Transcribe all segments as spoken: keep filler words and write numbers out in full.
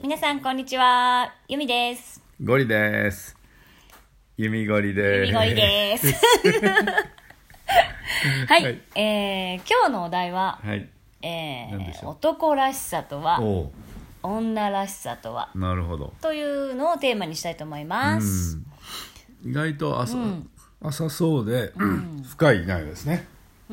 皆さんこんにちは、ゆみです。 ゴリです。ゆみゴリです。 ゆみゴリですはい、はい、えー、今日のお題は、はい、えー、男らしさとは女らしさとは、 なるほど、 というのをテーマにしたいと思います。 意外と浅、うん、浅そうで、うん、深い内容ですね。 うん、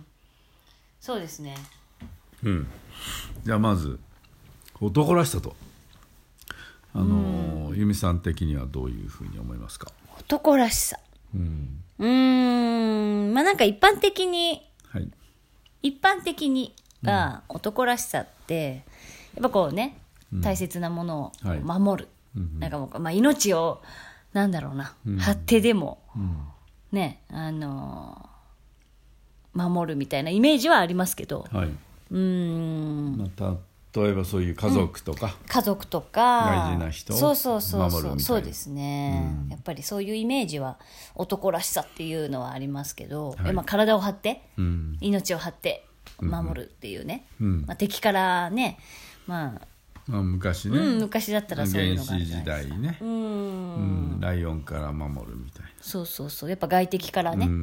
そうですね。 うん、じゃあまず男らしさと、あのー、由美さん的にはどういうふうに思いますか？ 男らしさ、うん、うーんまあなんか一般的に、はい、一般的には男らしさってやっぱこうね、うん、大切なものを守る、はい、なんかもう、まあ、命をなんだろうな、うん、張ってでも、うん、ね、あのー、守るみたいなイメージはありますけど、はい、うーんまた例えばそういう家族とか、うん、 家族とか大事な人をそうそうそうそう、 守るみたいな、 そうですね、うん、やっぱりそういうイメージは男らしさっていうのはありますけど、はい、まあ、体を張って、うん、命を張って守るっていうね、うんまあ、敵からね、まあまあ、昔ね、 うん、昔だったらそういうのがある原始時代ね、うん、うん、ライオンから守るみたいな、 そうそうそう、やっぱ外敵からね、うん、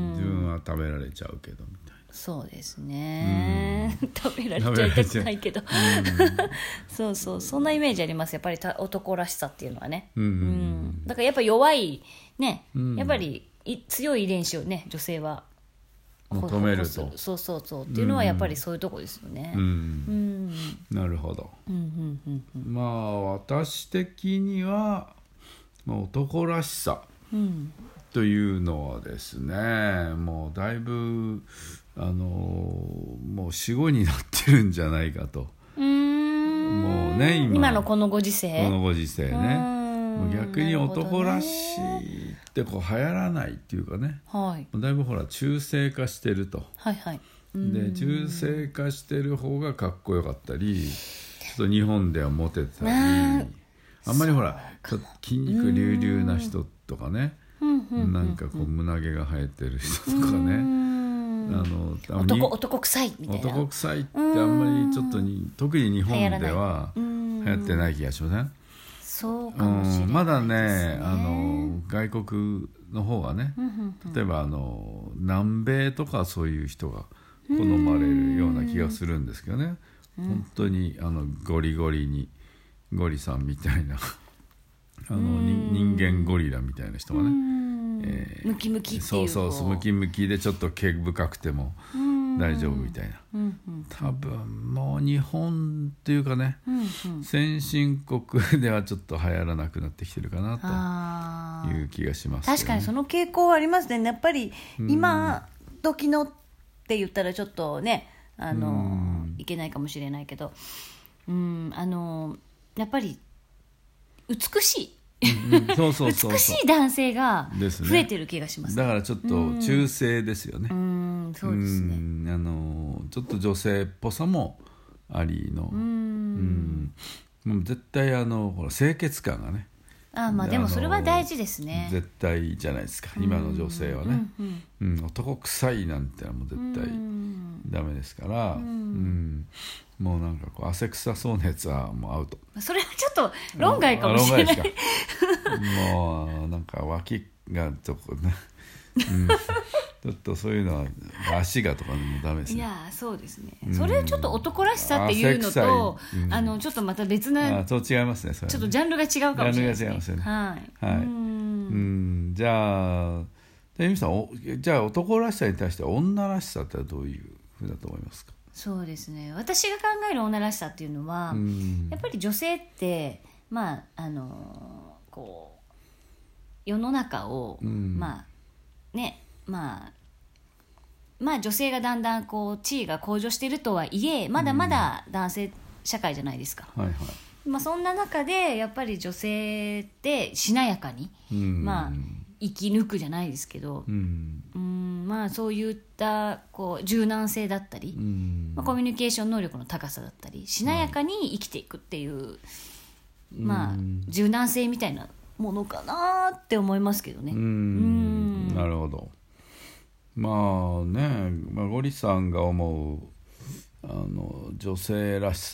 自分は食べられちゃうけどみたいな、 そうですね、うん、食べられちゃいたくないけど、うん、そうそう、そんなイメージあります、やっぱり男らしさっていうのはね、うんうんうん、だからやっぱ弱いね、うん、やっぱり強い遺伝子をね、女性は求めると、 そうそうそうっていうのはやっぱりそういうとこですよね、うんうんうん、なるほど、うんうんうんうん、まあ私的には、まあ、男らしさというのはですね、もうだいぶあのもうよん、ごになってるんじゃないかと、うーんもうね 今, 今のこのご時世このご時世ね、もう逆に男らしいってこう流行らないっていうかね、はい、だいぶほら中性化してると、はいはい、で中性化してる方がかっこよかったり、ちょっと日本ではモテたり、あんまりほら筋肉隆々な人とかね、なんかこう胸毛が生えてる人とかね、 あの 男, 男臭いみたいな、 男臭いってあんまりちょっとに特に日本では流行ってない気がしません？ そうかもしれないですね、うん、 まだね、あの外国の方がね、例えばあの南米とかそういう人が好まれるような気がするんですけどね、本当にあのゴリゴリにゴリさんみたいなあの人間ゴリラみたいな人がね、 えー、ムキムキっていう、 そうそうそう、ムキムキでちょっと毛深くても大丈夫みたいな、うんうん、多分もう日本っていうかね、うんうん、先進国ではちょっと流行らなくなってきてるかなという気がします、ね、 確かにその傾向はありますね。やっぱり今時のって言ったらちょっとね、あのいけないかもしれないけど、うん、あのやっぱり美しいそうそうそうそう、美しい男性が増えてる気がします、ね、 だからちょっと中性ですよね、 うんうん、そうですね、 うん、あのちょっと女性っぽさもありの、うん、うん、絶対あのほら清潔感がね、 あ、まあ、でもそれは大事ですね、 絶対じゃないですか今の女性はね、うんうんうん、男臭いなんてのはもう絶対ダメですから、うんうん、もうなんかこう汗臭そうなやつはもうアウト。 それはちょっと論外かもしれない、 うん、もうなんか脇がちょっとね、うん、ちょっとそういうのは足がとかもダメですね。 いやそうですね、うん、それはちょっと男らしさっていうのと、うん、あのちょっとまた別な、 あ、そう違いますね、それね、 ちょっとジャンルが違うかもしれないですね。 ジャンルが違いますよね、 はい、 はい、うん、じゃあ由美さん、おじゃあ男らしさに対して女らしさってどういうふうだと思いますか？ そうですね、私が考える女らしさっていうのは、うん、やっぱり女性ってまああのこう世の中を、うん、まあね、まあまあ女性がだんだんこう地位が向上しているとはいえ、まだまだ男性社会じゃないですか、うん、はいはい、まあ、そんな中でやっぱり女性ってしなやかに、うん、まあ生き抜くじゃないですけど、うんうん、まあそういったこう柔軟性だったり、うんまあ、コミュニケーション能力の高さだったりしなやかに生きていくっていう、はい、まあ柔軟性みたいなものかなって思いますけどね。うん、うん、なるほど。まあね、まあ、ゴリさんが思うあの女性らしさっ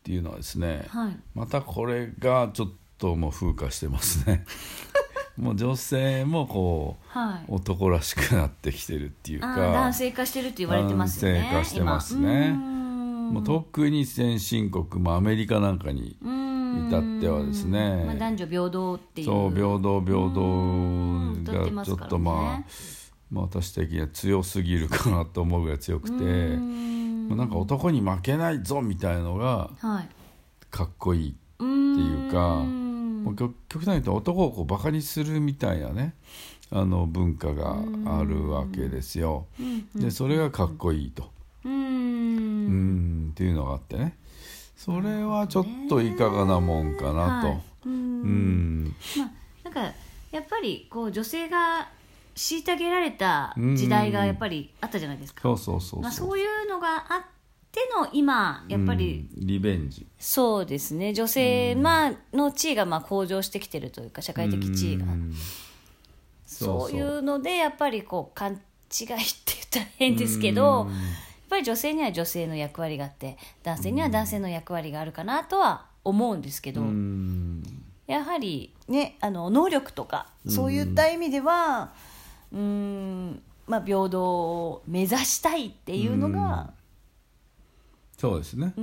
っていうのはですね、 はい、 またこれがちょっともう風化してますねもう女性もこう、はい、男らしくなってきてるっていうか、 男性化してるって言われてますよね。 男性化してますね。もう特に先進国もアメリカなんかに至ってはですね、 まあ、男女平等っていう、 そう平等平等がちょっとまあ、まあ、私的には強すぎるかなと思うぐらい強くて、まあ、なんか男に負けないぞみたいのがかっこいいっていうか、もう極端に言うと男をこうバカにするみたいなね、あの文化があるわけですよ。でそれがかっこいいと、うーんうんっていうのがあってね、それはちょっといかがなもんかなと、はい、うーん、 まあ、なんかやっぱりこう女性が虐げられた時代がやっぱりあったじゃないですか。 そうそうそうそう、 まあ、そういうのがあっての今やっぱり、 うん、リベンジ、 そうですね、女性、まあ、の地位がまあ向上してきてるというか、社会的地位が、うん、そういうのでやっぱりこう勘違いって言ったら変ですけど、やっぱり女性には女性の役割があって男性には男性の役割があるかなとは思うんですけど、やはりね、あの能力とかそういった意味ではうーん、まあ、平等を目指したいっていうのが、 そうですね、うん、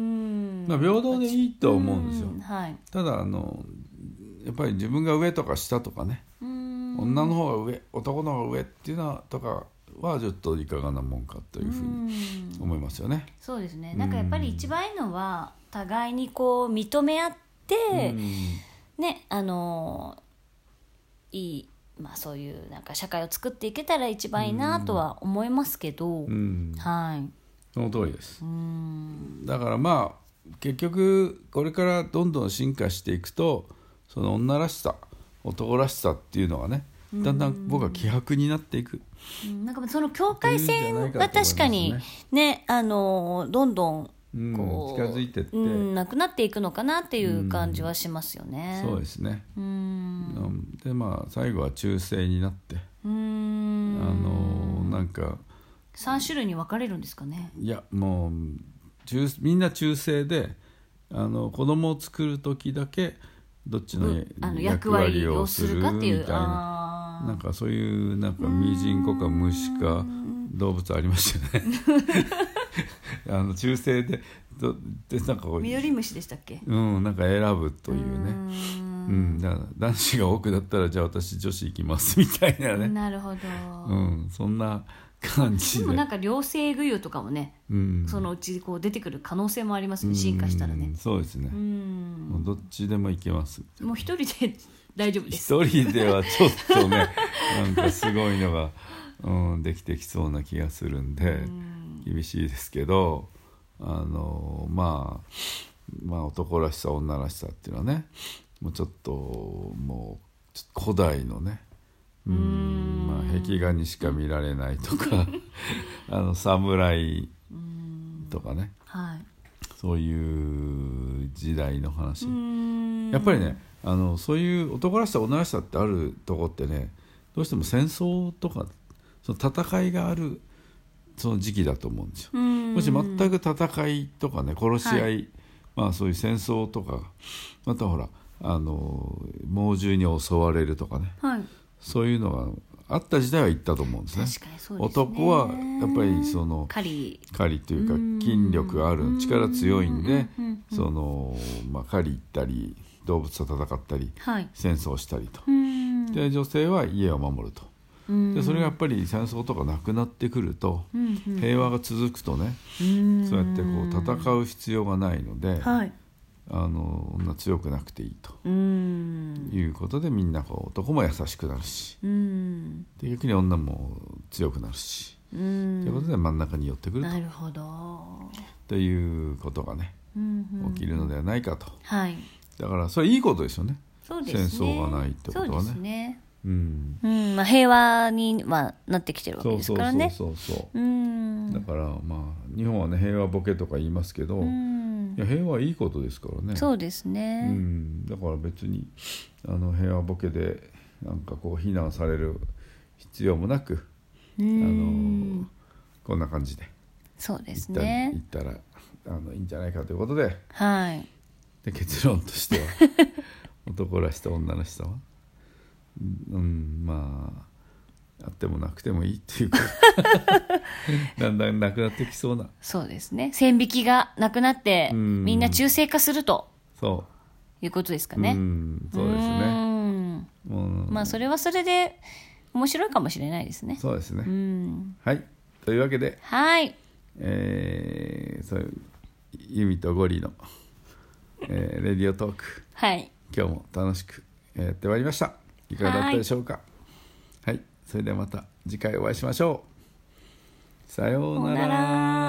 まあ、平等でいいと思うんですよ、 はい、 ただあのやっぱり自分が上とか下とかね、うん女の方が上男の方が上っていうのとかはちょっといかがなもんかというふうに思いますよね。 そうですね、なんかやっぱり一番いいのは互いにこう認め合ってね、あのいい、まあ、そういうなんか社会を作っていけたら一番いいなとは思いますけど、はい、 その通りです。うんだからまあ結局これからどんどん進化していくと、その女らしさ男らしさっていうのがね、だんだん僕は希薄になっていく、 うん、なんかその境界線が確かにね、あのどんどんこう、うん、 近づいてって、うん、なくなっていくのかなっていう感じはしますよね、 うん、そうですね、うん、でまあ最後は中性になって、うん、あのなんかさん種類に分かれるんですかね。 いやもう中みんな中性で、あの子供を作る時だけどっちの役割をするみたいな、なんかそういうなんかミジンコか虫か動物ありましたよねあの中性ででなんかこうミドリムシでしたっけ、 うん、なんか選ぶというね、うん、だから男子が多くだったらじゃあ私女子行きますみたいなね、 なるほど、 うん、そんな感じで。 でもなんか両性具有とかもね、うん、そのうちこう出てくる可能性もありますね、進化したらね、 うん、そうですね、うん、もうどっちでもいけます。 もう一人で大丈夫です。 一人ではちょっとねなんかすごいのが、うん、できてきそうな気がするんで、うん、厳しいですけど、あの、まあ、まあ男らしさ女らしさっていうのはね、もうちょっともう古代のね、うん、まあ、壁画にしか見られないとかあの侍とかね、はい、そういう時代の話、やっぱりね、あのそういう男らしさ女らしさってあるとこってね、どうしても戦争とかその戦いがあるその時期だと思うんですよ。もし全く戦いとかね、殺し合い、はい、まあ、そういう戦争とか、またほらあの猛獣に襲われるとかね、はい、そういうのがあった時代は言ったと思うんですね。 確かにそうですね。 男はやっぱりその狩り狩りというか筋力がある、力強いんで、その、まあ、狩り行ったり動物と戦ったり、はい、戦争したりと、で女性は家を守ると、でそれがやっぱり戦争とかなくなってくると、平和が続くとね、そうやってこう戦う必要がないので、はい、あの女強くなくていいということで、みんなこう男も優しくなるし、で逆に女も強くなるし、ということで真ん中に寄ってくると、 なるほど、 ということがね、起きるのではないかと、はい、だからそれいいことですよね。 そうですね、 戦争がないってことはね。 そうですね、うんうん、まあ、平和にはなってきてるわけですからね。 そうそうそうそう、うん、だからまあ日本はね平和ボケとか言いますけど、うん、いや平和はいいことですからね。 そうですね、 うん、だから別にあの平和ボケでなんかこう非難される必要もなく、うん、あのこんな感じでそうですね、 言ったらあのいいんじゃないかということで、 はい、 で結論としては男らしさ女らしさは、うん、まああってもなくてもいいっていうかだんだんなくなってきそうな。 そうですね、線引きがなくなってみんな中性化するということですかね。 うん、そうですね。 うん、まあそれはそれで面白いかもしれないですね。 そうですね。 うん、 はい、というわけで、 はい、 えー、そういうユミとゴリの、えー、レディオトーク、 はい、 今日も楽しくやってまいりました。いかがだったでしょうか。はい、はい、それではまた次回お会いしましょう。さようなら。